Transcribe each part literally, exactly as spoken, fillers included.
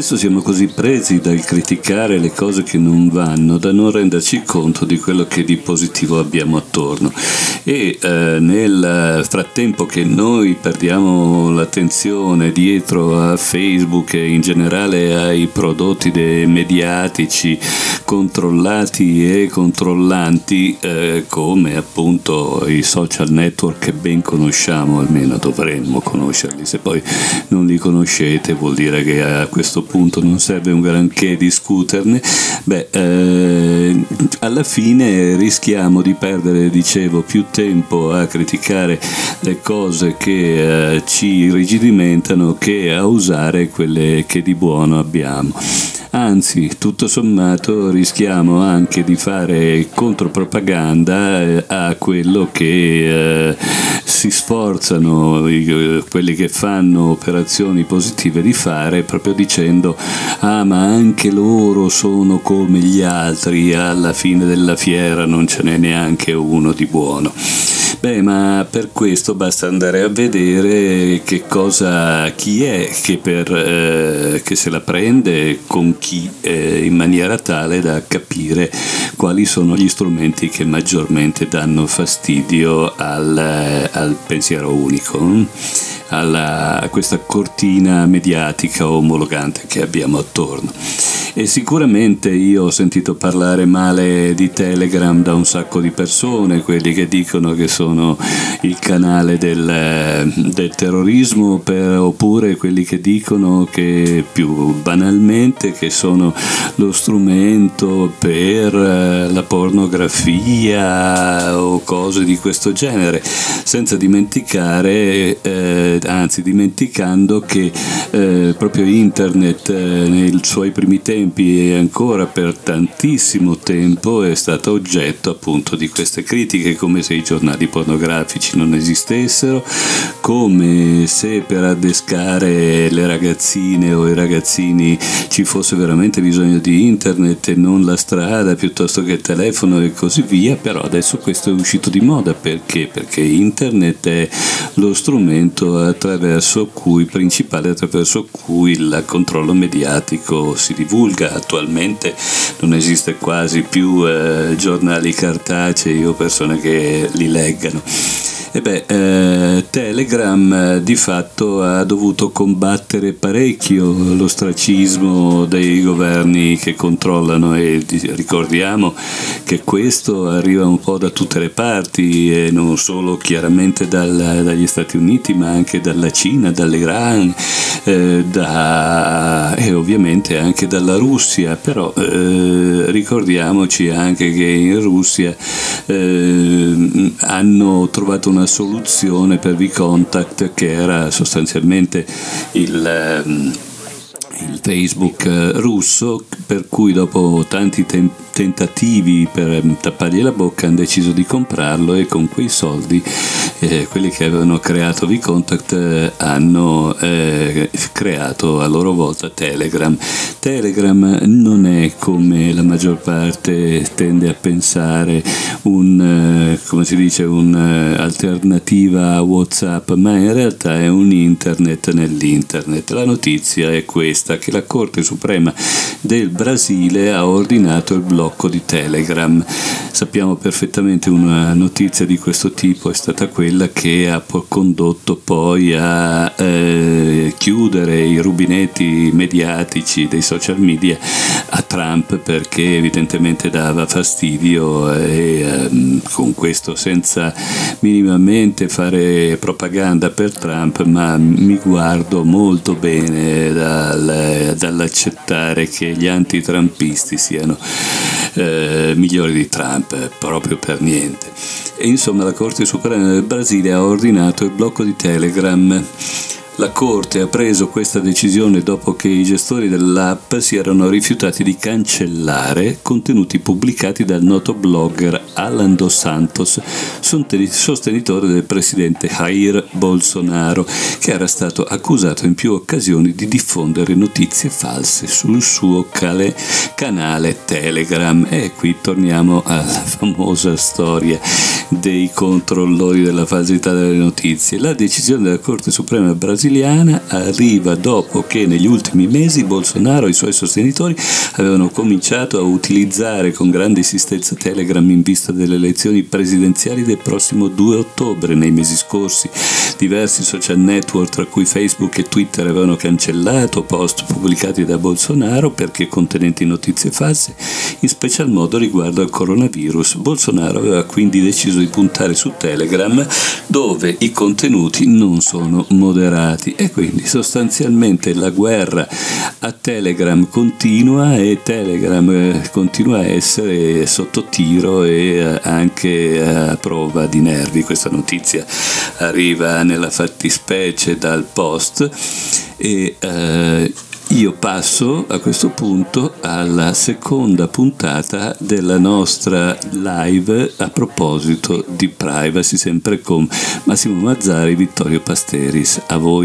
spesso siamo così presi dal criticare le cose che non vanno da non renderci conto di quello che di positivo abbiamo attorno. E eh, nel frattempo che noi perdiamo l'attenzione dietro a Facebook e in generale ai prodotti dei mediatici controllati e controllanti, eh, come appunto i social network che ben conosciamo, almeno dovremmo conoscerli. Se poi non li conoscete vuol dire che a questo punto non serve un granché discuterne. Beh, eh, alla fine rischiamo di perdere, dicevo, più tempo a criticare le cose che eh, ci irrigidimentano che a usare quelle che di buono abbiamo. Anzi, tutto sommato rischiamo anche di fare contropropaganda a quello che eh, si sforzano eh, quelli che fanno operazioni positive di fare, proprio dicendo: ah, ma anche loro sono come gli altri, alla fine della fiera non ce n'è neanche uno di buono. Beh, ma per questo basta andare a vedere che cosa, chi è che, per, eh, che se la prende con chi, eh, in maniera tale da capire quali sono gli strumenti che maggiormente danno fastidio al, al pensiero unico, alla, a questa cortina mediatica omologante che abbiamo attorno. E sicuramente io ho sentito parlare male di Telegram da un sacco di persone, quelli che dicono che sono il canale del, del terrorismo, per, oppure quelli che dicono che più banalmente che sono lo strumento per la pornografia o cose di questo genere, senza dimenticare, eh, anzi dimenticando che eh, proprio internet eh, nei suoi primi tempi e ancora per tantissimo tempo è stato oggetto appunto di queste critiche, come se i giornali pornografici non esistessero, come se per adescare le ragazzine o i ragazzini ci fosse veramente bisogno di internet e non la strada piuttosto che il telefono e così via. Però adesso questo è uscito di moda. Perché? Perché internet è lo strumento attraverso cui, principale attraverso cui il controllo mediatico si divulga. Attualmente non esiste quasi più eh, giornali cartacei o persone che li leggano. E beh, eh, Telegram eh, di fatto ha dovuto combattere parecchio l'ostracismo dei governi che controllano, e ricordiamo che questo arriva un po' da tutte le parti, e non solo chiaramente dal, dagli Stati Uniti, ma anche dalla Cina, dall'Iran, eh, da, e ovviamente anche dalla Russia. Però eh, ricordiamoci anche che in Russia eh, hanno trovato una soluzione per VKontakte, che era sostanzialmente il, il Facebook russo, per cui dopo tanti tempi tentativi per tappargli la bocca hanno deciso di comprarlo, e con quei soldi eh, quelli che avevano creato VKontakte eh, hanno eh, creato a loro volta Telegram. Telegram non è, come la maggior parte tende a pensare, un eh, come si dice un'alternativa a WhatsApp, ma in realtà è un internet nell'internet. La notizia è questa, che la Corte Suprema del Brasile ha ordinato il blocco di Telegram. Sappiamo perfettamente una notizia di questo tipo è stata quella che ha condotto poi a eh, chiudere i rubinetti mediatici dei social media a Trump, perché evidentemente dava fastidio, e ehm, con questo, senza minimamente fare propaganda per Trump, ma mi guardo molto bene dal, dall'accettare che gli antitrampisti siano Eh, migliori di Trump, proprio per niente. E insomma la Corte Suprema del Brasile ha ordinato il blocco di Telegram. La Corte ha preso questa decisione dopo che i gestori dell'app si erano rifiutati di cancellare contenuti pubblicati dal noto blogger Alan dos Santos, sostenitore del presidente Jair Bolsonaro, che era stato accusato in più occasioni di diffondere notizie false sul suo cale, canale Telegram. E qui torniamo alla famosa storia dei controllori della falsità delle notizie. La decisione della Corte Suprema brasiliana arriva dopo che negli ultimi mesi Bolsonaro e i suoi sostenitori avevano cominciato a utilizzare con grande insistenzia Telegram in vista delle elezioni presidenziali del prossimo due ottobre. Nei mesi scorsi diversi social network, tra cui Facebook e Twitter, avevano cancellato post pubblicati da Bolsonaro perché contenenti notizie false, in special modo riguardo al coronavirus. Bolsonaro aveva quindi deciso di puntare su Telegram, dove i contenuti non sono moderati, e quindi sostanzialmente la guerra a Telegram continua, e Telegram continua a essere sotto tiro e anche a prova di nervi. Questa notizia arriva nella fattispecie dal Post, e eh, io passo a questo punto alla seconda puntata della nostra live a proposito di privacy, sempre con Massimo Mazzari e Vittorio Pasteris. A voi.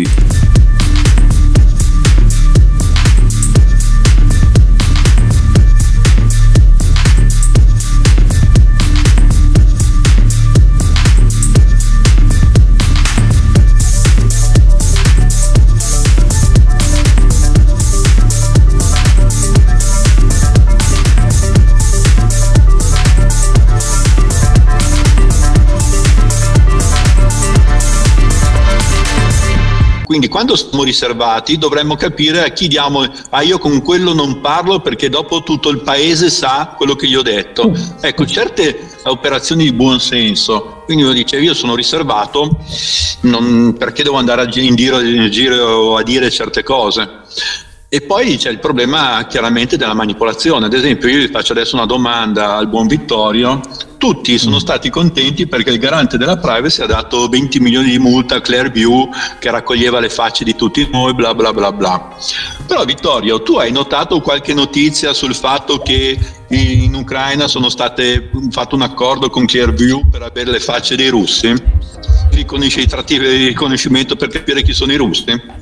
Quindi quando siamo riservati dovremmo capire a chi diamo, ah io con quello non parlo perché dopo tutto il paese sa quello che gli ho detto. Ecco, certe operazioni di buon senso, quindi uno dice io sono riservato, non, perché devo andare a, in, giro, in giro a dire certe cose? E poi c'è il problema chiaramente della manipolazione. Ad esempio io vi faccio adesso una domanda al buon Vittorio. Tutti sono stati contenti perché il garante della privacy ha dato venti milioni di multa a Clearview, che raccoglieva le facce di tutti noi, bla bla bla bla. Però Vittorio, tu hai notato qualche notizia sul fatto che in Ucraina sono state fatto un accordo con Clearview per avere le facce dei russi? Riconosci i tratti di riconoscimento per capire chi sono i russi?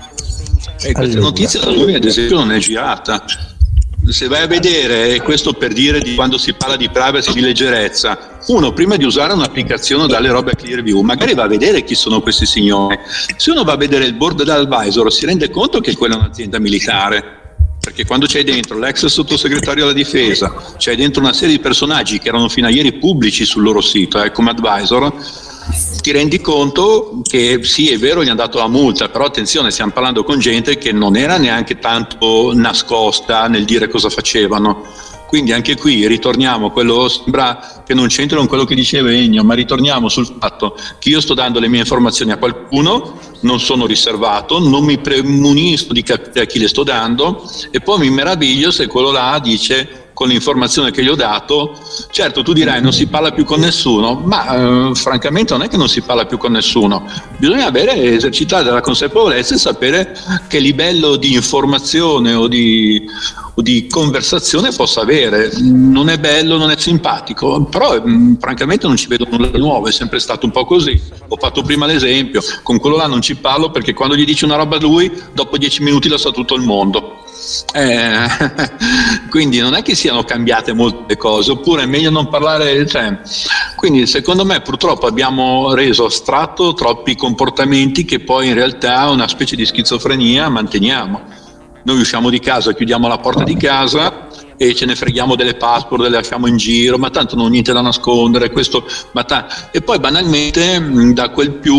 E questa allora. notizia da noi ad esempio non è girata. Se vai a vedere, e questo per dire di quando si parla di privacy, di leggerezza, uno prima di usare un'applicazione o dalle robe a Clearview magari va a vedere chi sono questi signori. Se uno va a vedere il board dell'advisor si rende conto che quella è un'azienda militare, perché quando c'hai dentro l'ex sottosegretario alla difesa, c'hai dentro una serie di personaggi che erano fino a ieri pubblici sul loro sito eh, come advisor, ti rendi conto che sì, è vero, gli hanno dato la multa, però attenzione, stiamo parlando con gente che non era neanche tanto nascosta nel dire cosa facevano. Quindi anche qui ritorniamo, quello sembra che non c'entri con quello che diceva Ennio, ma ritorniamo sul fatto che io sto dando le mie informazioni a qualcuno, non sono riservato, non mi premunisco di capire a chi le sto dando, e poi mi meraviglio se quello là dice con l'informazione che gli ho dato, certo tu dirai non si parla più con nessuno, ma eh, francamente non è che non si parla più con nessuno, bisogna avere, esercitare della consapevolezza e sapere che livello di informazione o di, o di conversazione possa avere. Non è bello, non è simpatico, però mh, francamente non ci vedo nulla di nuovo, è sempre stato un po' così. Ho fatto prima l'esempio, con quello là non ci parlo perché quando gli dici una roba a lui, dopo dieci minuti la sa tutto il mondo. Eh, quindi non è che siano cambiate molte cose, oppure è meglio non parlare, cioè, quindi secondo me purtroppo abbiamo reso astratto troppi comportamenti che poi in realtà una specie di schizofrenia manteniamo. Noi usciamo di casa, chiudiamo la porta di casa e ce ne freghiamo delle password, le lasciamo in giro, ma tanto non ho niente da nascondere, questo, ma ta- e poi banalmente da quel più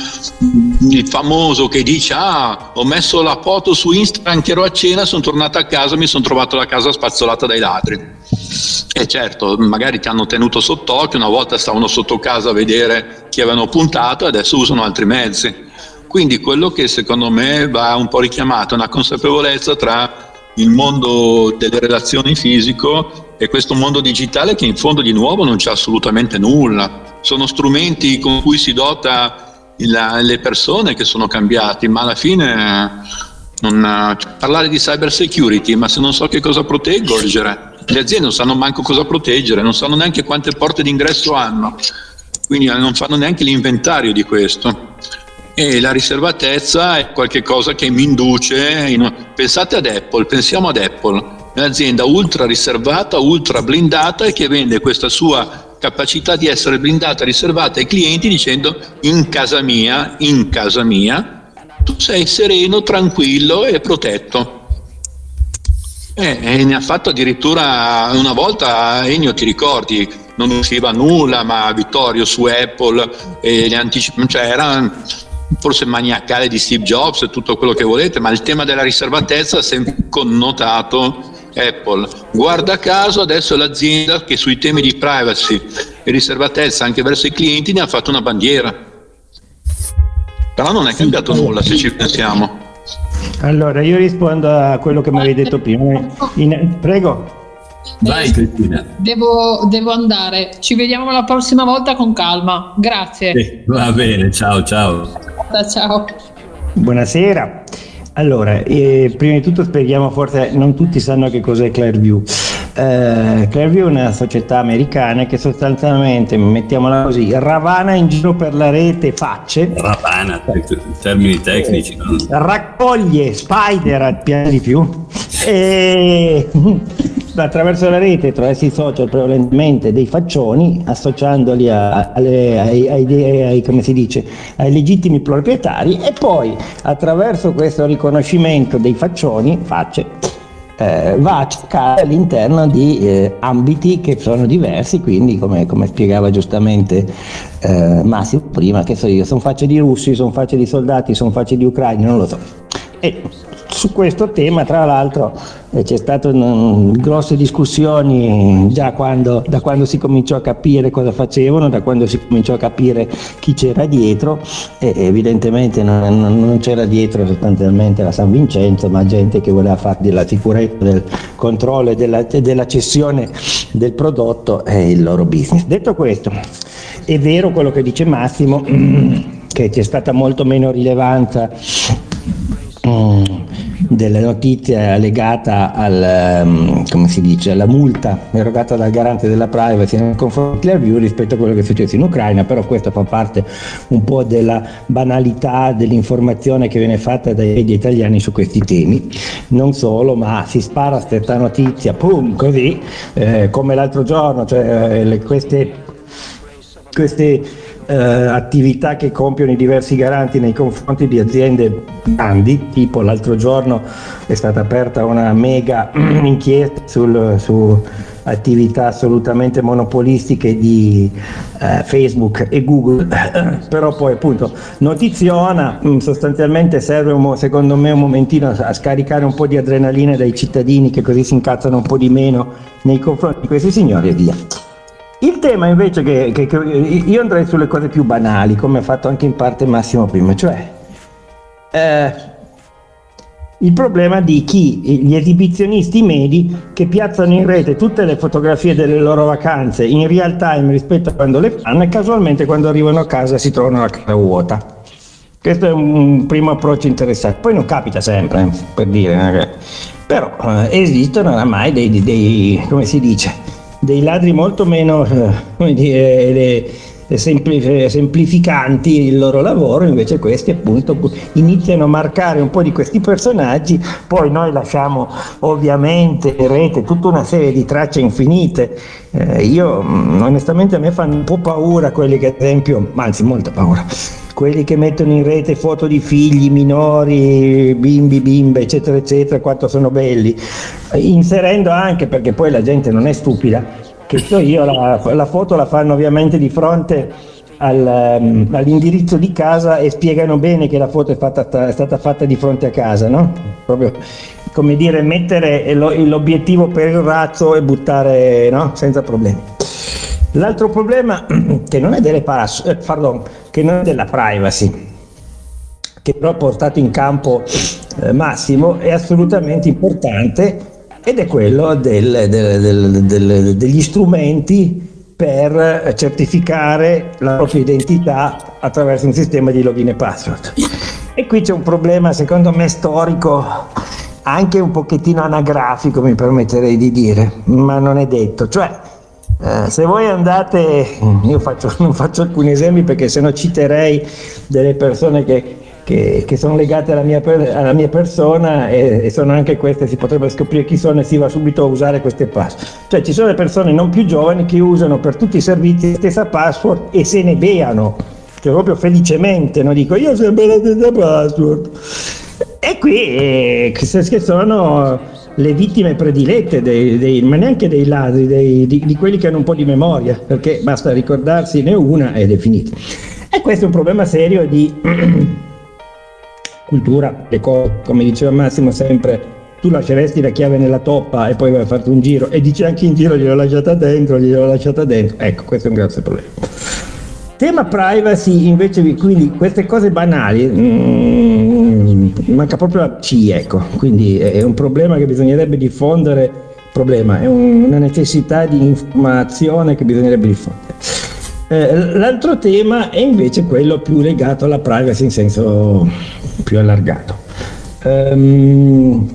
il famoso che dice ah ho messo la foto su Instagram che ero a cena, sono tornato a casa, mi sono trovato la casa spazzolata dai ladri. E certo, magari ti hanno tenuto sott'occhio, una volta stavano sotto casa a vedere chi avevano puntato e adesso usano altri mezzi. Quindi quello che secondo me va un po' richiamato è una consapevolezza tra il mondo delle relazioni fisico e questo mondo digitale che in fondo di nuovo non c'è assolutamente nulla. Sono strumenti con cui si dota la, le persone che sono cambiati, ma alla fine non, cioè, parlare di cyber security, ma se non so che cosa proteggo, le aziende non sanno manco cosa proteggere, non sanno neanche quante porte d'ingresso hanno, quindi non fanno neanche l'inventario di questo. E la riservatezza è qualcosa che mi induce in... pensate ad Apple, pensiamo ad Apple, un'azienda ultra riservata, ultra blindata, e che vende questa sua capacità di essere blindata, riservata ai clienti, dicendo: in casa mia, in casa mia tu sei sereno, tranquillo e protetto. Eh, e ne ha fatto addirittura una volta, Ennio, ti ricordi, non usciva nulla, ma Vittorio su Apple e le anticipazioni, cioè era forse maniacale di Steve Jobs e tutto quello che volete, ma il tema della riservatezza ha sempre connotato Apple. Guarda caso adesso l'azienda che sui temi di privacy e riservatezza anche verso i clienti ne ha fatto una bandiera, però non è cambiato nulla se ci pensiamo. Allora io rispondo a quello che mi avevi detto prima. In... prego. Vai Cristina. Devo, devo andare, ci vediamo la prossima volta con calma, grazie. Eh, va bene, ciao ciao. Ciao. Buonasera. Allora, eh, prima di tutto spieghiamo, forse non tutti sanno che cos'è Clearview. Eh, Clearview è una società americana che sostanzialmente, mettiamola così, ravana in giro per la rete facce. Ravana, termini tecnici. No? Raccoglie spider a più di più e attraverso la rete, attraverso i social, prevalentemente dei faccioni, associandoli a, alle, ai, ai, ai, come si dice, ai legittimi proprietari, e poi attraverso questo riconoscimento dei faccioni, facce, eh, va a cercare all'interno di eh, ambiti che sono diversi, quindi come, come spiegava giustamente eh, Massimo prima, che so io, sono facce di russi, sono facce di soldati, sono facce di ucraini, non lo so. E su questo tema, tra l'altro, eh, c'è state um, grosse discussioni già quando, da quando si cominciò a capire cosa facevano, da quando si cominciò a capire chi c'era dietro, e evidentemente non, non, non c'era dietro sostanzialmente la San Vincenzo, ma gente che voleva fare della sicurezza, del controllo e della, della cessione del prodotto e il loro business. Detto questo, è vero quello che dice Massimo, che c'è stata molto meno rilevanza della notizia legata al, come si dice, alla multa erogata dal garante della privacy nei confronti di Clearview rispetto a quello che è successo in Ucraina, però questo fa parte un po' della banalità dell'informazione che viene fatta dai media italiani su questi temi. Non solo, ma si spara questa notizia, pum, così, eh, come l'altro giorno, cioè eh, le, queste queste Eh, attività che compiono i diversi garanti nei confronti di aziende grandi, tipo l'altro giorno è stata aperta una mega inchiesta sul, su attività assolutamente monopolistiche di eh, Facebook e Google, però poi appunto notiziona, sostanzialmente serve un, secondo me un momentino a scaricare un po' di adrenalina dai cittadini, che così si incazzano un po' di meno nei confronti di questi signori e via. Il tema invece che, che, che io andrei sulle cose più banali, come ha fatto anche in parte Massimo prima, cioè eh, il problema di chi, gli esibizionisti medi che piazzano in rete tutte le fotografie delle loro vacanze in real time rispetto a quando le fanno, e casualmente quando arrivano a casa si trovano la casa vuota. Questo è un primo approccio interessante. Poi non capita sempre, eh, per dire, eh, però eh, esistono oramai dei, dei, dei, come si dice, dei ladri molto meno eh, come dire, le, le sempli, semplificanti il loro lavoro, invece questi appunto iniziano a marcare un po' di questi personaggi, poi noi lasciamo ovviamente in rete tutta una serie di tracce infinite. Eh, io onestamente a me fanno un po' paura quelli che ad esempio, anzi molta paura, quelli che mettono in rete foto di figli minori, bimbi, bimbe, eccetera eccetera, quanto sono belli, inserendo anche, perché poi la gente non è stupida, che so io, la, la foto la fanno ovviamente di fronte al, um, all'indirizzo di casa e spiegano bene che la foto è, fatta, è stata fatta di fronte a casa, no? Proprio come dire, mettere lo, l'obiettivo per il razzo e buttare, no? Senza problemi. L'altro problema, che non è delle paras- eh, pardon, che non è della privacy, che però ha portato in campo eh, Massimo, è assolutamente importante, ed è quello del, del, del, del, degli strumenti per certificare la propria identità attraverso un sistema di login e password. E qui c'è un problema secondo me storico anche un pochettino anagrafico, mi permetterei di dire, ma non è detto. Cioè, eh, se voi andate, io faccio, non faccio alcuni esempi perché sennò citerei delle persone che, che, che sono legate alla mia, alla mia persona e, e sono anche queste, si potrebbe scoprire chi sono e si va subito a usare queste password. Cioè ci sono le persone non più giovani che usano per tutti i servizi la stessa password e se ne beano, cioè proprio felicemente, no? Dico io ho sempre la stessa password. E qui eh, che sono le vittime predilette, dei, dei, ma neanche dei ladri, dei, di, di quelli che hanno un po' di memoria, perché basta ricordarsene una ed è finita. E questo è un problema serio di cultura, le cose, come diceva Massimo sempre, tu lasceresti la chiave nella toppa e poi vai a farti un giro e dici anche in giro gliel'ho lasciata dentro, gliel'ho lasciata dentro. Ecco, questo è un grosso problema. Tema privacy invece, quindi queste cose banali, mm, manca proprio la C, ecco, quindi è un problema che bisognerebbe diffondere, problema, è un, una necessità di informazione che bisognerebbe diffondere. Eh, l'altro tema è invece quello più legato alla privacy in senso più allargato. Um,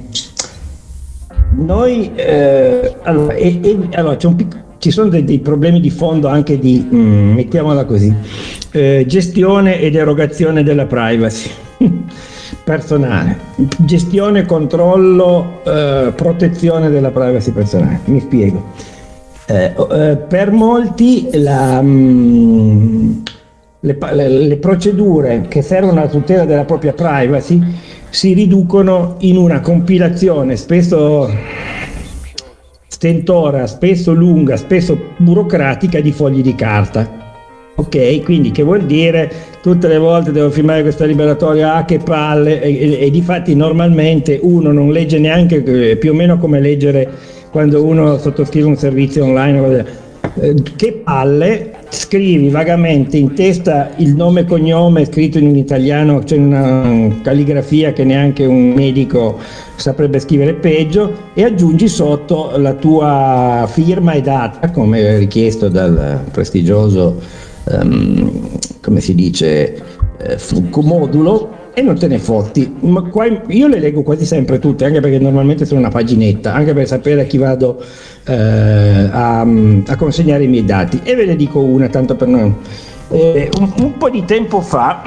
noi, eh, allora, e, e, allora c'è un piccolo ci sono dei, dei problemi di fondo anche di, mm, mettiamola così, eh, gestione ed erogazione della privacy personale, gestione, controllo, eh, protezione della privacy personale. Mi spiego. Eh, eh, per molti la, mm, le, le, le procedure che servono alla tutela della propria privacy si riducono in una compilazione spesso stentora, spesso lunga, spesso burocratica di fogli di carta. Ok, quindi che vuol dire tutte le volte devo firmare questa liberatoria, ah che palle, e, e, e difatti normalmente uno non legge neanche, eh, più o meno come leggere quando uno sottoscrive un servizio online, eh, che palle, scrivi vagamente in testa il nome e cognome scritto in un italiano, c'è una calligrafia che neanche un medico saprebbe scrivere peggio, e aggiungi sotto la tua firma e data come richiesto dal prestigioso um, come si dice eh, modulo, e non te ne fotti. Ma qua io le leggo quasi sempre tutte, anche perché normalmente sono una paginetta, anche per sapere a chi vado eh, a, a consegnare i miei dati. E ve ne dico una tanto per noi. Eh, un, un po' di tempo fa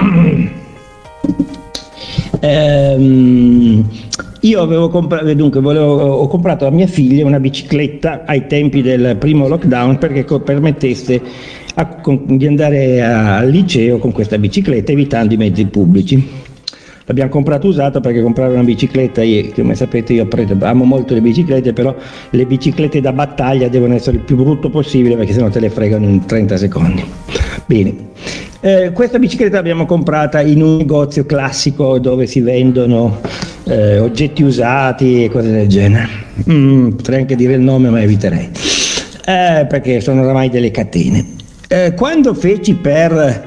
ehm, io avevo comprato, dunque volevo, ho comprato a mia figlia una bicicletta ai tempi del primo lockdown perché permettesse a, con, di andare a, al liceo con questa bicicletta evitando i mezzi pubblici. L'abbiamo comprato usato perché comprare una bicicletta, io, come sapete io amo molto le biciclette, però le biciclette da battaglia devono essere il più brutto possibile perché sennò te le fregano in trenta secondi. Bene, eh, questa bicicletta l'abbiamo comprata in un negozio classico dove si vendono eh, oggetti usati e cose del genere. Mm, potrei anche dire il nome ma eviterei, eh, perché sono oramai delle catene. Eh, quando feci per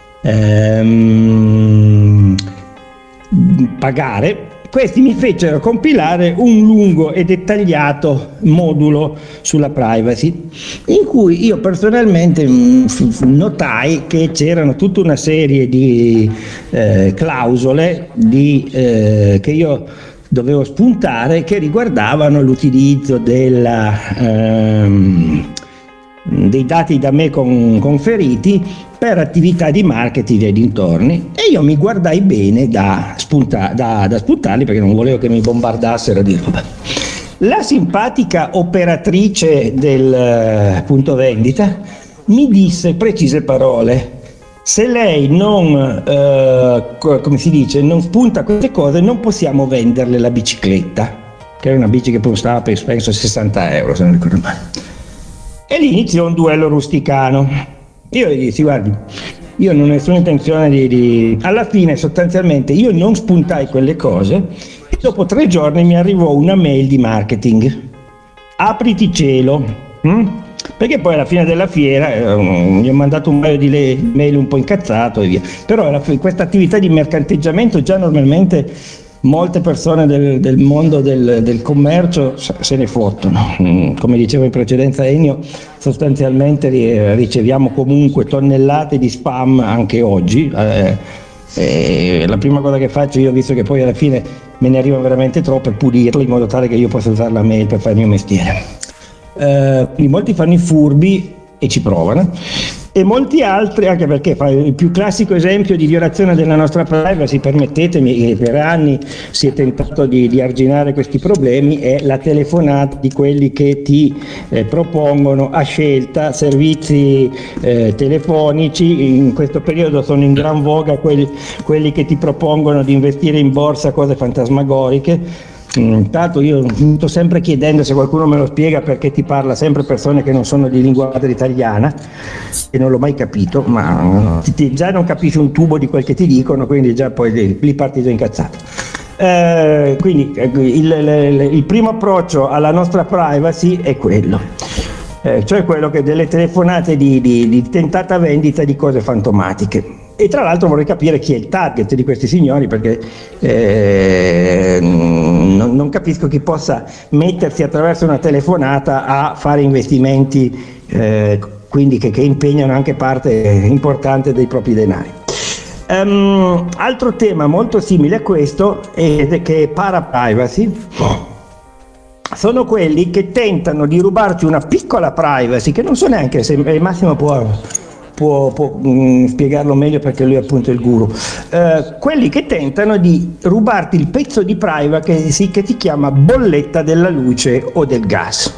ehm, pagare, questi mi fecero compilare un lungo e dettagliato modulo sulla privacy, in cui io personalmente notai che c'erano tutta una serie di eh, clausole di, eh, che io dovevo spuntare, che riguardavano l'utilizzo della ehm, dei dati da me con, conferiti per attività di marketing e dintorni, e io mi guardai bene da, spunta, da, da spuntarli perché non volevo che mi bombardassero di roba. La simpatica operatrice del uh, punto vendita mi disse precise parole: se lei non uh, co- come si dice non spunta queste cose non possiamo venderle la bicicletta, che era una bici che costava penso sessanta euro se non ricordo male. E lì iniziò un duello rusticano. Io gli dissi: guardi, io non ho nessuna intenzione di, di... Alla fine sostanzialmente io non spuntai quelle cose e dopo tre giorni mi arrivò una mail di marketing: apriti cielo, hm? Perché poi alla fine della fiera eh, gli ho mandato un paio di le- mail un po' incazzato e via. Però alla fi- questa attività di mercanteggiamento già normalmente molte persone del, del mondo del, del commercio se ne fottono. Come dicevo in precedenza Ennio, sostanzialmente riceviamo comunque tonnellate di spam anche oggi. Eh, eh, la prima cosa che faccio io, visto che poi alla fine me ne arrivano veramente troppe, pulirle in modo tale che io possa usare la mail per fare il mio mestiere. Eh, quindi molti fanno i furbi e ci provano, e molti altri, anche perché fa il più classico esempio di violazione della nostra privacy, permettetemi, che per anni si è tentato di, di arginare questi problemi, è la telefonata di quelli che ti eh, propongono a scelta servizi eh, telefonici. In questo periodo sono in gran voga quelli, quelli che ti propongono di investire in borsa cose fantasmagoriche. Intanto io sto sempre chiedendo se qualcuno me lo spiega, perché ti parla sempre persone che non sono di lingua madre italiana, e non l'ho mai capito, ma ti, già non capisci un tubo di quel che ti dicono, quindi già poi lì parti già incazzato. Eh, quindi il, il, il primo approccio alla nostra privacy è quello, eh, cioè quello che delle telefonate di, di, di tentata vendita di cose fantomatiche. E tra l'altro vorrei capire chi è il target di questi signori, perché eh, non, non capisco chi possa mettersi attraverso una telefonata a fare investimenti, eh, quindi che, che impegnano anche parte importante dei propri denari. Um, altro tema molto simile a questo è che è para-privacy. Sono quelli che tentano di rubarci una piccola privacy, che non so neanche se Massimo può... può, può mh, spiegarlo meglio, perché lui è appunto il guru. Eh, quelli che tentano di rubarti il pezzo di privacy che si chiama bolletta della luce o del gas.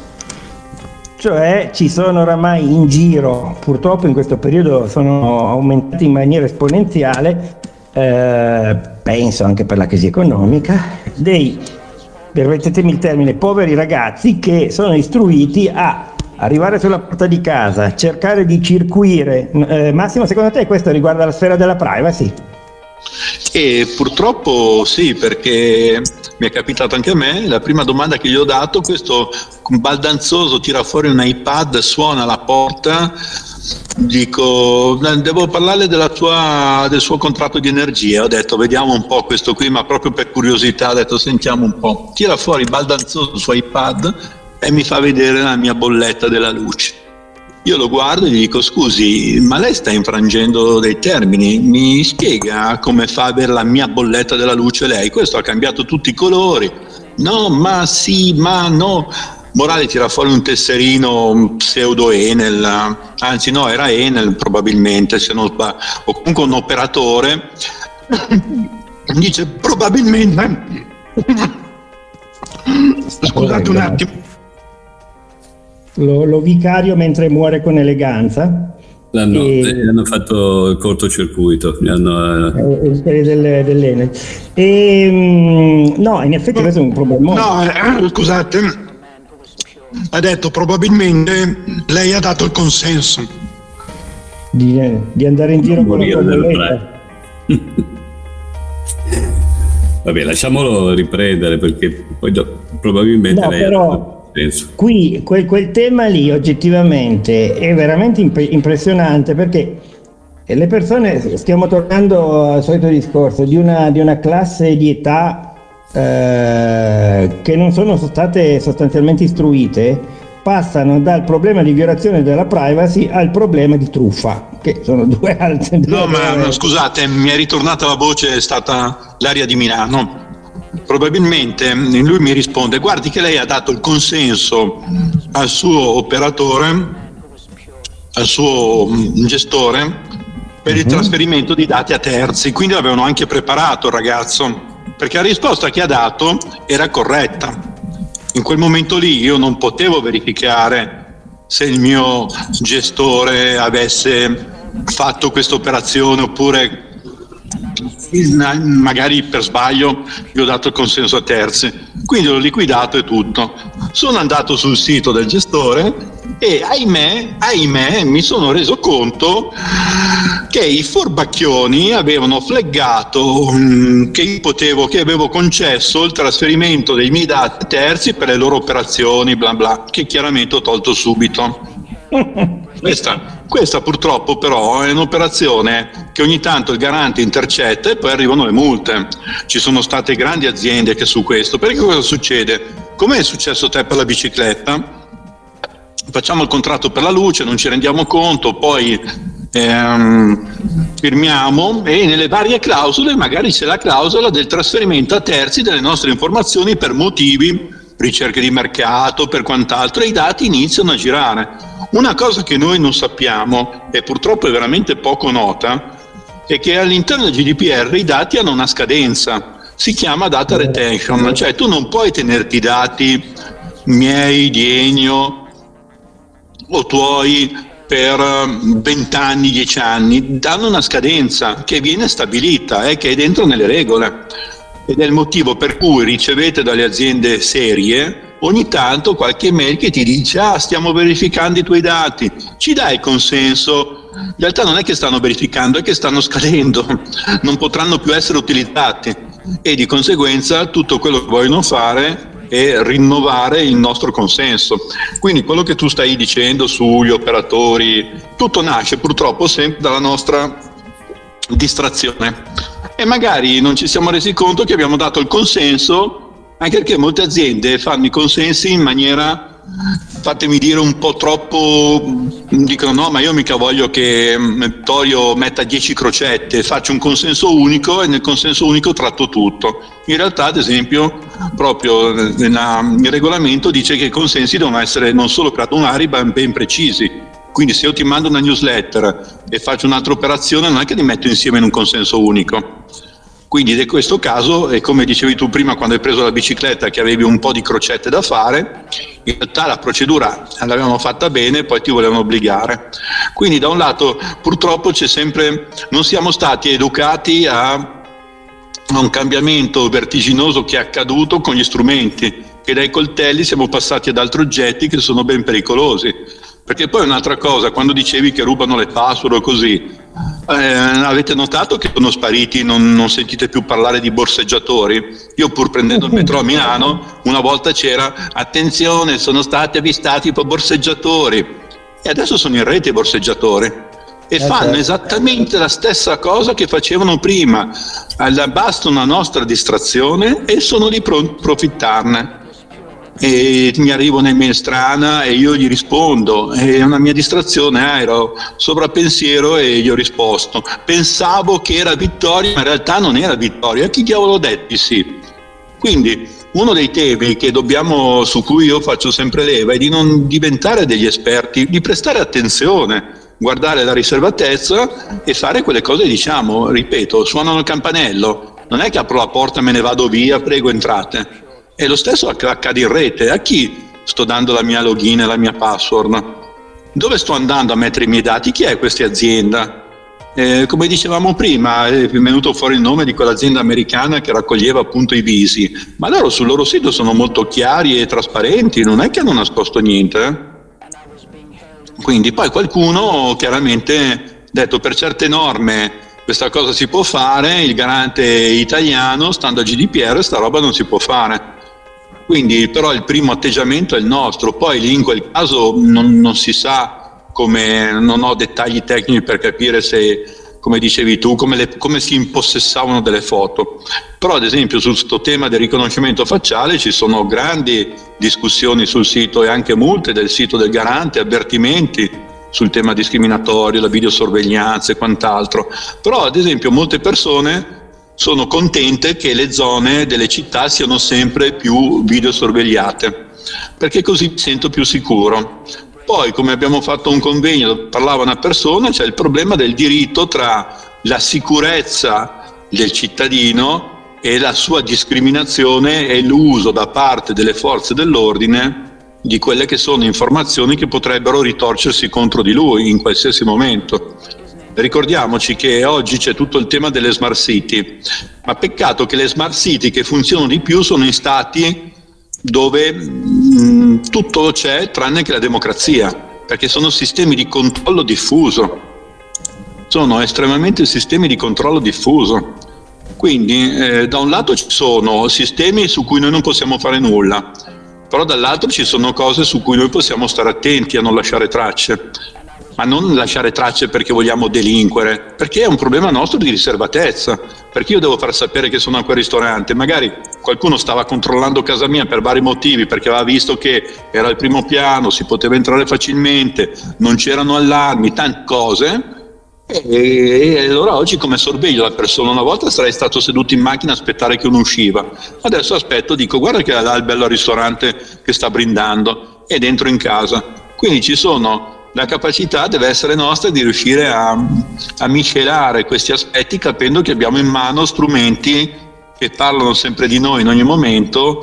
Cioè ci sono oramai in giro, purtroppo in questo periodo sono aumentati in maniera esponenziale, eh, penso anche per la crisi economica, dei, permettetemi il termine, poveri ragazzi che sono istruiti a arrivare sulla porta di casa, cercare di circuire. Eh, Massimo, secondo te questo riguarda la sfera della privacy? E purtroppo sì, perché mi è capitato anche a me. La prima domanda che gli ho dato, questo baldanzoso tira fuori un iPad, suona alla porta, dico devo parlarle della tua, del suo contratto di energia. Ho detto vediamo un po' questo qui, ma proprio per curiosità ho detto sentiamo un po'. Tira fuori baldanzoso il suo iPad e mi fa vedere la mia bolletta della luce. Io lo guardo e gli dico scusi, ma lei sta infrangendo dei termini, mi spiega come fa a avere la mia bolletta della luce lei? Questo ha cambiato tutti i colori. No, ma sì, ma no. Morale tira fuori un tesserino, un pseudo Enel, anzi no, era Enel probabilmente, se non sbaglio, o comunque un operatore. Dice probabilmente, scusate un attimo, Lo, lo vicario mentre muore con eleganza. L'hanno, e, hanno fatto il cortocircuito, mi hanno, eh, del, dell'Enel. E, no, in effetti questo è un problema. No, eh, scusate, ha detto probabilmente lei ha dato il consenso di, di andare in giro con la bolletta. Vabbè, lasciamolo riprendere, perché poi do, probabilmente no, lei però, ha penso. Qui quel, quel tema lì oggettivamente è veramente imp- impressionante, perché le persone, stiamo tornando al solito discorso di una, di una classe di età eh, che non sono state sostanzialmente istruite, passano dal problema di violazione della privacy al problema di truffa, che sono due altre. No, ma, ma scusate, mi è ritornata la voce, è stata l'aria di Milano. Probabilmente lui mi risponde guardi che lei ha dato il consenso al suo operatore, al suo gestore, per il uh-huh. trasferimento di dati a terzi, quindi l'avevano anche preparato il ragazzo, perché la risposta che ha dato era corretta. In quel momento lì io non potevo verificare se il mio gestore avesse fatto questa operazione oppure magari per sbaglio gli ho dato il consenso a terzi, quindi l'ho liquidato e tutto. Sono andato sul sito del gestore e ahimè, ahimè mi sono reso conto che i furbacchioni avevano flaggato um, che io potevo, che avevo concesso il trasferimento dei miei dati a terzi per le loro operazioni bla bla, che chiaramente ho tolto subito. Questa, questa purtroppo però è un'operazione che ogni tanto il garante intercetta e poi arrivano le multe. Ci sono state grandi aziende che su questo, perché cosa succede? Come è successo a te per la bicicletta? Facciamo il contratto per la luce, non ci rendiamo conto, poi ehm, firmiamo, e nelle varie clausole magari c'è la clausola del trasferimento a terzi delle nostre informazioni per motivi, ricerche di mercato, per quant'altro, e i dati iniziano a girare. Una cosa che noi non sappiamo, e purtroppo è veramente poco nota, è che all'interno del G D P R i dati hanno una scadenza, si chiama data retention, cioè tu non puoi tenerti i dati miei, di Ennio o tuoi per vent'anni, dieci anni, danno una scadenza che viene stabilita e eh, che è dentro nelle regole, ed è il motivo per cui ricevete dalle aziende serie ogni tanto qualche mail che ti dice: ah, stiamo verificando i tuoi dati, ci dai il consenso? In realtà non è che stanno verificando, è che stanno scadendo, non potranno più essere utilizzati, e di conseguenza tutto quello che vogliono fare e rinnovare il nostro consenso. Quindi quello che tu stai dicendo sugli operatori, tutto nasce purtroppo sempre dalla nostra distrazione, e magari non ci siamo resi conto che abbiamo dato il consenso, anche perché molte aziende fanno i consensi in maniera, fatemi dire, un po' troppo, dicono no, ma io mica voglio che Torio metta dieci crocette, faccio un consenso unico e nel consenso unico tratto tutto. In realtà, ad esempio, proprio nella, il regolamento dice che i consensi devono essere non solo gradunari ma ben precisi. Quindi se io ti mando una newsletter e faccio un'altra operazione, non è che li metto insieme in un consenso unico. Quindi in questo caso, e come dicevi tu prima quando hai preso la bicicletta che avevi un po' di crocette da fare, in realtà la procedura l'avevamo fatta bene, poi ti volevano obbligare. Quindi da un lato purtroppo c'è sempre, non siamo stati educati a, a un cambiamento vertiginoso che è accaduto con gli strumenti, che dai coltelli siamo passati ad altri oggetti che sono ben pericolosi. Perché poi un'altra cosa, quando dicevi che rubano le password o così, eh, avete notato che sono spariti, non, non sentite più parlare di borseggiatori? Io pur prendendo il metro a Milano, una volta c'era: attenzione, sono stati avvistati per borseggiatori, e adesso sono in rete i borseggiatori e fanno esattamente la stessa cosa che facevano prima. Basta una nostra distrazione e sono lì pronti a approfittarne. E mi arriva un'email strana e io gli rispondo, è una mia distrazione, ah, ero sovrappensiero e gli ho risposto, pensavo che era vittoria ma in realtà non era vittoria, chi diavolo ho detto di sì? Quindi uno dei temi che dobbiamo, su cui io faccio sempre leva, è di non diventare degli esperti, di prestare attenzione, guardare la riservatezza e fare quelle cose, diciamo, ripeto, suonano il campanello, non è che apro la porta e me ne vado via, prego entrate. E lo stesso accade in rete. A chi sto dando la mia login e la mia password? Dove sto andando a mettere i miei dati? Chi è questa azienda? Eh, come dicevamo prima, è venuto fuori il nome di quell'azienda americana che raccoglieva appunto i visi, ma loro sul loro sito sono molto chiari e trasparenti, non è che hanno nascosto niente. Eh? Quindi poi qualcuno chiaramente detto: per certe norme questa cosa si può fare, il garante italiano, stando a G D P R, sta roba non si può fare. Quindi però il primo atteggiamento è il nostro, poi lì in quel caso non, non si sa, come, non ho dettagli tecnici per capire se, come dicevi tu, come, le, come si impossessavano delle foto. Però ad esempio su questo tema del riconoscimento facciale ci sono grandi discussioni sul sito e anche multe del sito del garante, avvertimenti sul tema discriminatorio, la videosorveglianza e quant'altro. Però ad esempio molte persone sono contente che le zone delle città siano sempre più videosorvegliate, perché così mi sento più sicuro. Poi, come abbiamo fatto un convegno dove parlava una persona, c'è il problema del diritto tra la sicurezza del cittadino e la sua discriminazione e l'uso da parte delle forze dell'ordine di quelle che sono informazioni che potrebbero ritorcersi contro di lui in qualsiasi momento. Ricordiamoci che oggi c'è tutto il tema delle smart city, ma peccato che le smart city che funzionano di più sono in stati dove mh, tutto c'è tranne che la democrazia, perché sono sistemi di controllo diffuso, sono estremamente sistemi di controllo diffuso. Quindi eh, da un lato ci sono sistemi su cui noi non possiamo fare nulla, però dall'altro ci sono cose su cui noi possiamo stare attenti a non lasciare tracce. Ma non lasciare tracce perché vogliamo delinquere, perché è un problema nostro di riservatezza, perché io devo far sapere che sono a quel ristorante, magari qualcuno stava controllando casa mia per vari motivi, perché aveva visto che era al primo piano, si poteva entrare facilmente, non c'erano allarmi, tante cose, E, e allora oggi come sorveglio la persona? Una volta sarei stato seduto in macchina a aspettare che uno usciva, adesso aspetto, dico guarda che là il bello ristorante che sta brindando, e dentro in casa. Quindi ci sono, la capacità deve essere nostra di riuscire a, a miscelare questi aspetti, capendo che abbiamo in mano strumenti che parlano sempre di noi in ogni momento,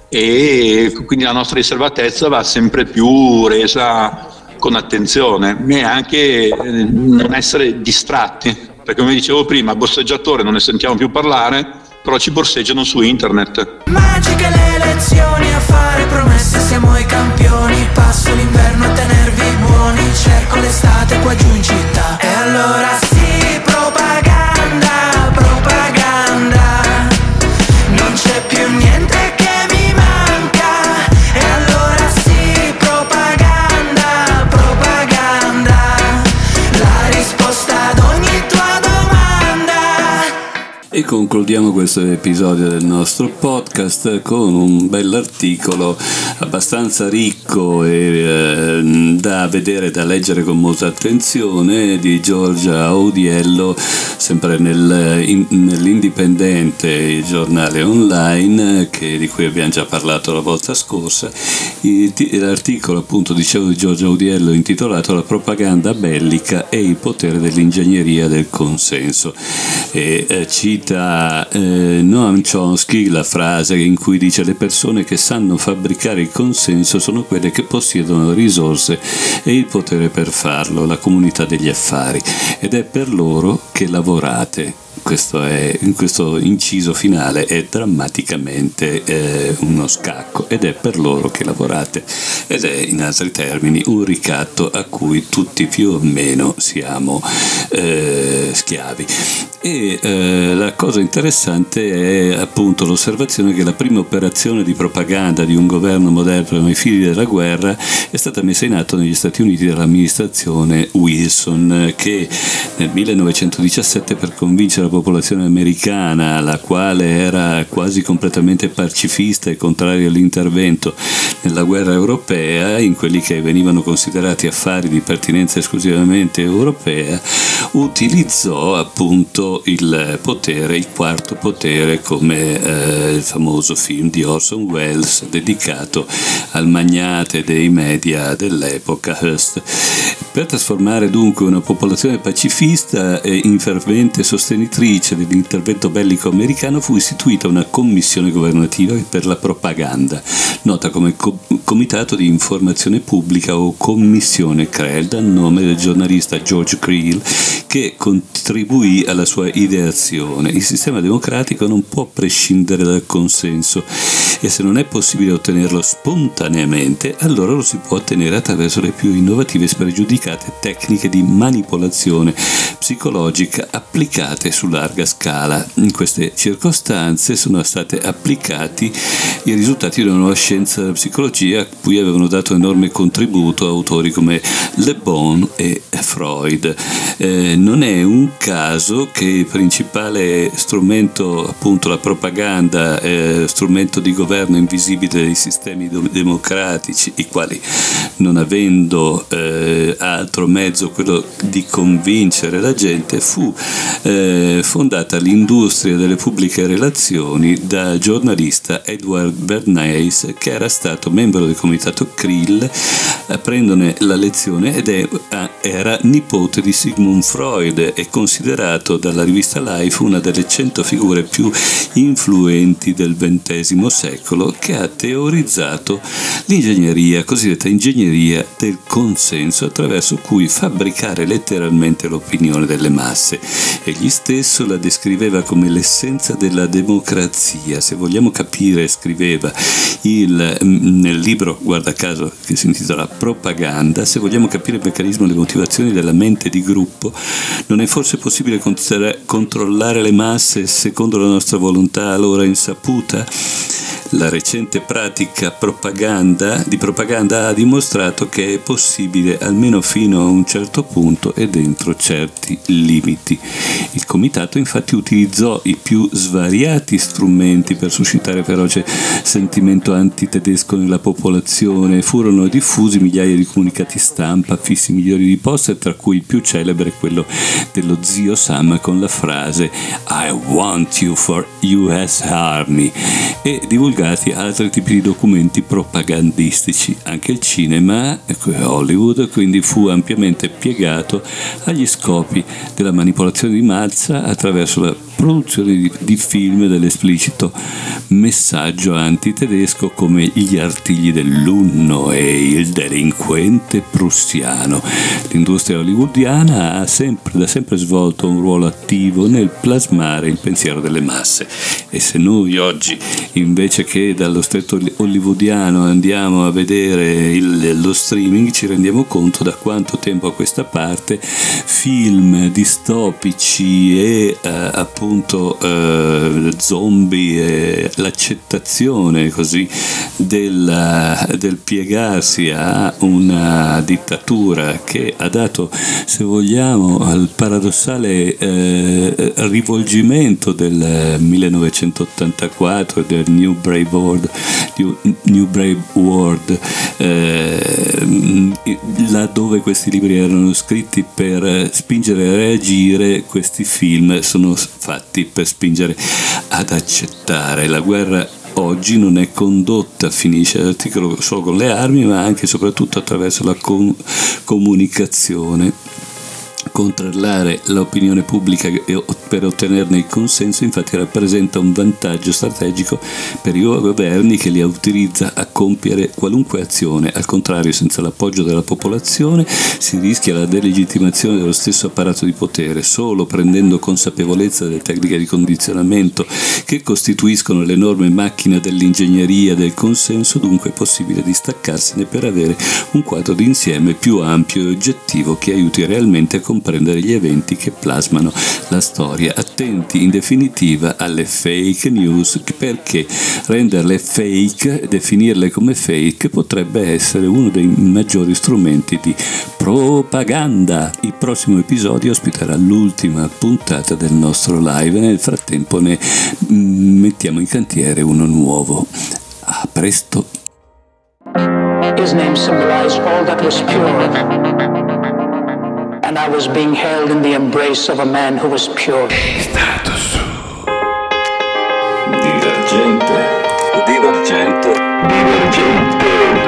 e quindi la nostra riservatezza va sempre più resa con attenzione, e anche non essere distratti, perché come dicevo prima, borseggiatore non ne sentiamo più parlare, però ci borseggiano su internet. Magiche le lezioni, a fare promesse siamo i campioni, passo l'inverno a tenervi buoni, cerco l'estate qua giù in città. E allora sì, propaganda, propaganda, non c'è più niente che mi manca. E allora sì, propaganda, propaganda, la risposta ad ogni tua domanda. E concludiamo questo episodio del nostro podcast con un bell'articolo abbastanza ricco e eh, da vedere, da leggere con molta attenzione, di Giorgia Audiello, sempre nel, in, nell'Indipendente, il giornale online che, di cui abbiamo già parlato la volta scorsa. Il, l'articolo, appunto, dicevo, di Giorgia Audiello, intitolato La propaganda bellica e il potere dell'ingegneria del consenso, e eh, cita Eh, Noam Chomsky la frase in cui dice: le persone che sanno fabbricare il consenso sono quelle che possiedono risorse e il potere per farlo, la comunità degli affari, ed è per loro che lavorate. Questo, è, in questo inciso finale è drammaticamente eh, uno scacco, ed è per loro che lavorate, ed è, in altri termini, un ricatto a cui tutti più o meno siamo eh, schiavi. E eh, la cosa interessante è appunto l'osservazione che la prima operazione di propaganda di un governo moderno ai fini della guerra è stata messa in atto negli Stati Uniti dall'amministrazione Wilson, che nel millenovecentodiciassette, per convincere la popolazione americana, la quale era quasi completamente pacifista e contraria all'intervento nella guerra europea in quelli che venivano considerati affari di pertinenza esclusivamente europea, utilizzò appunto il potere, il quarto potere, come eh, il famoso film di Orson Welles dedicato al magnate dei media dell'epoca, Hearst. Per trasformare dunque una popolazione pacifista e in fervente sostenitrice dell'intervento bellico americano fu istituita una commissione governativa per la propaganda, nota come Co- Comitato di Informazione Pubblica o Commissione Creel, dal nome del giornalista George Creel, che contribuì alla sua ideazione. Il sistema democratico non può prescindere dal consenso, e se non è possibile ottenerlo spontaneamente, allora lo si può ottenere attraverso le più innovative e spregiudicate tecniche di manipolazione psicologica applicate su larga scala. In queste circostanze sono stati applicati i risultati di una nuova scienza della psicologia a cui avevano dato enorme contributo autori come Le Bon e Freud. Eh, non è un caso che il principale strumento, appunto la propaganda, eh, strumento di governo invisibile dei sistemi democratici, i quali, non avendo eh, altro mezzo quello di convincere la gente, fu eh, fondata l'industria delle pubbliche relazioni dal giornalista Edward Bernays, che era stato membro del comitato Creel, apprendone la lezione, ed è, era nipote di Sigmund Freud e considerato dalla rivista Life una delle cento figure più influenti del ventesimo secolo, che ha teorizzato l'ingegneria, cosiddetta ingegneria del consenso, attraverso cui fabbricare letteralmente l'opinione delle masse. Egli stesso la descriveva come l'essenza della democrazia. Se vogliamo capire, scriveva il, nel libro, guarda caso, che si intitola Propaganda, se vogliamo capire il meccanismo e le motivazioni della mente di gruppo, non è forse possibile controllare le masse secondo la nostra volontà allora insaputa? La recente pratica propaganda, di propaganda ha dimostrato che è possibile almeno fino a un certo punto e dentro certi limiti. Il comitato infatti utilizzò i più svariati strumenti per suscitare feroce sentimento antitedesco nella popolazione. Furono diffusi migliaia di comunicati stampa, fissi milioni di poster, tra cui il più celebre quello dello zio Sam con la frase I want you for U S Army, e divulgati altri tipi di documenti propagandistici. Anche il cinema, Hollywood, quindi fu ampiamente piegato agli scopi della manipolazione di massa attraverso la produzione di, di film dell'esplicito messaggio antitedesco come Gli artigli dell'Unno e Il delinquente prussiano. L'industria hollywoodiana ha sempre, da sempre svolto un ruolo attivo nel plasmare il pensiero delle masse, e se noi oggi invece che dallo stretto hollywoodiano andiamo a vedere il, lo streaming, ci rendiamo conto da quanto tempo a questa parte film distopici e eh, appunto eh, zombie e l'accettazione così del, del piegarsi a una dittatura che ha dato, se vogliamo, al paradossale eh, rivolgimento del millenovecentottantaquattro e del New Brave World, New, New Brave World eh, laddove questi libri erano scritti per spingere a reagire, questi film sono fatti per spingere ad accettare. La guerra oggi non è condotta, finisce l'articolo, solo con le armi, ma anche e soprattutto attraverso la com- comunicazione. Controllare l'opinione pubblica per ottenerne il consenso infatti rappresenta un vantaggio strategico per i governi, che li utilizza a compiere qualunque azione. Al contrario, senza l'appoggio della popolazione si rischia la delegittimazione dello stesso apparato di potere. Solo prendendo consapevolezza delle tecniche di condizionamento che costituiscono l'enorme macchina dell'ingegneria del consenso, dunque è possibile distaccarsene per avere un quadro d'insieme più ampio e oggettivo che aiuti realmente a comprendere gli eventi che plasmano la storia. Attenti in definitiva alle fake news, perché renderle fake, definirle come fake, potrebbe essere uno dei maggiori strumenti di propaganda. Il prossimo episodio ospiterà l'ultima puntata del nostro live e nel frattempo ne mettiamo in cantiere uno nuovo. A presto. His name symbolized all that was pure. And I was being held in the embrace of a man who was pure. Status divergente, divergente, divergente.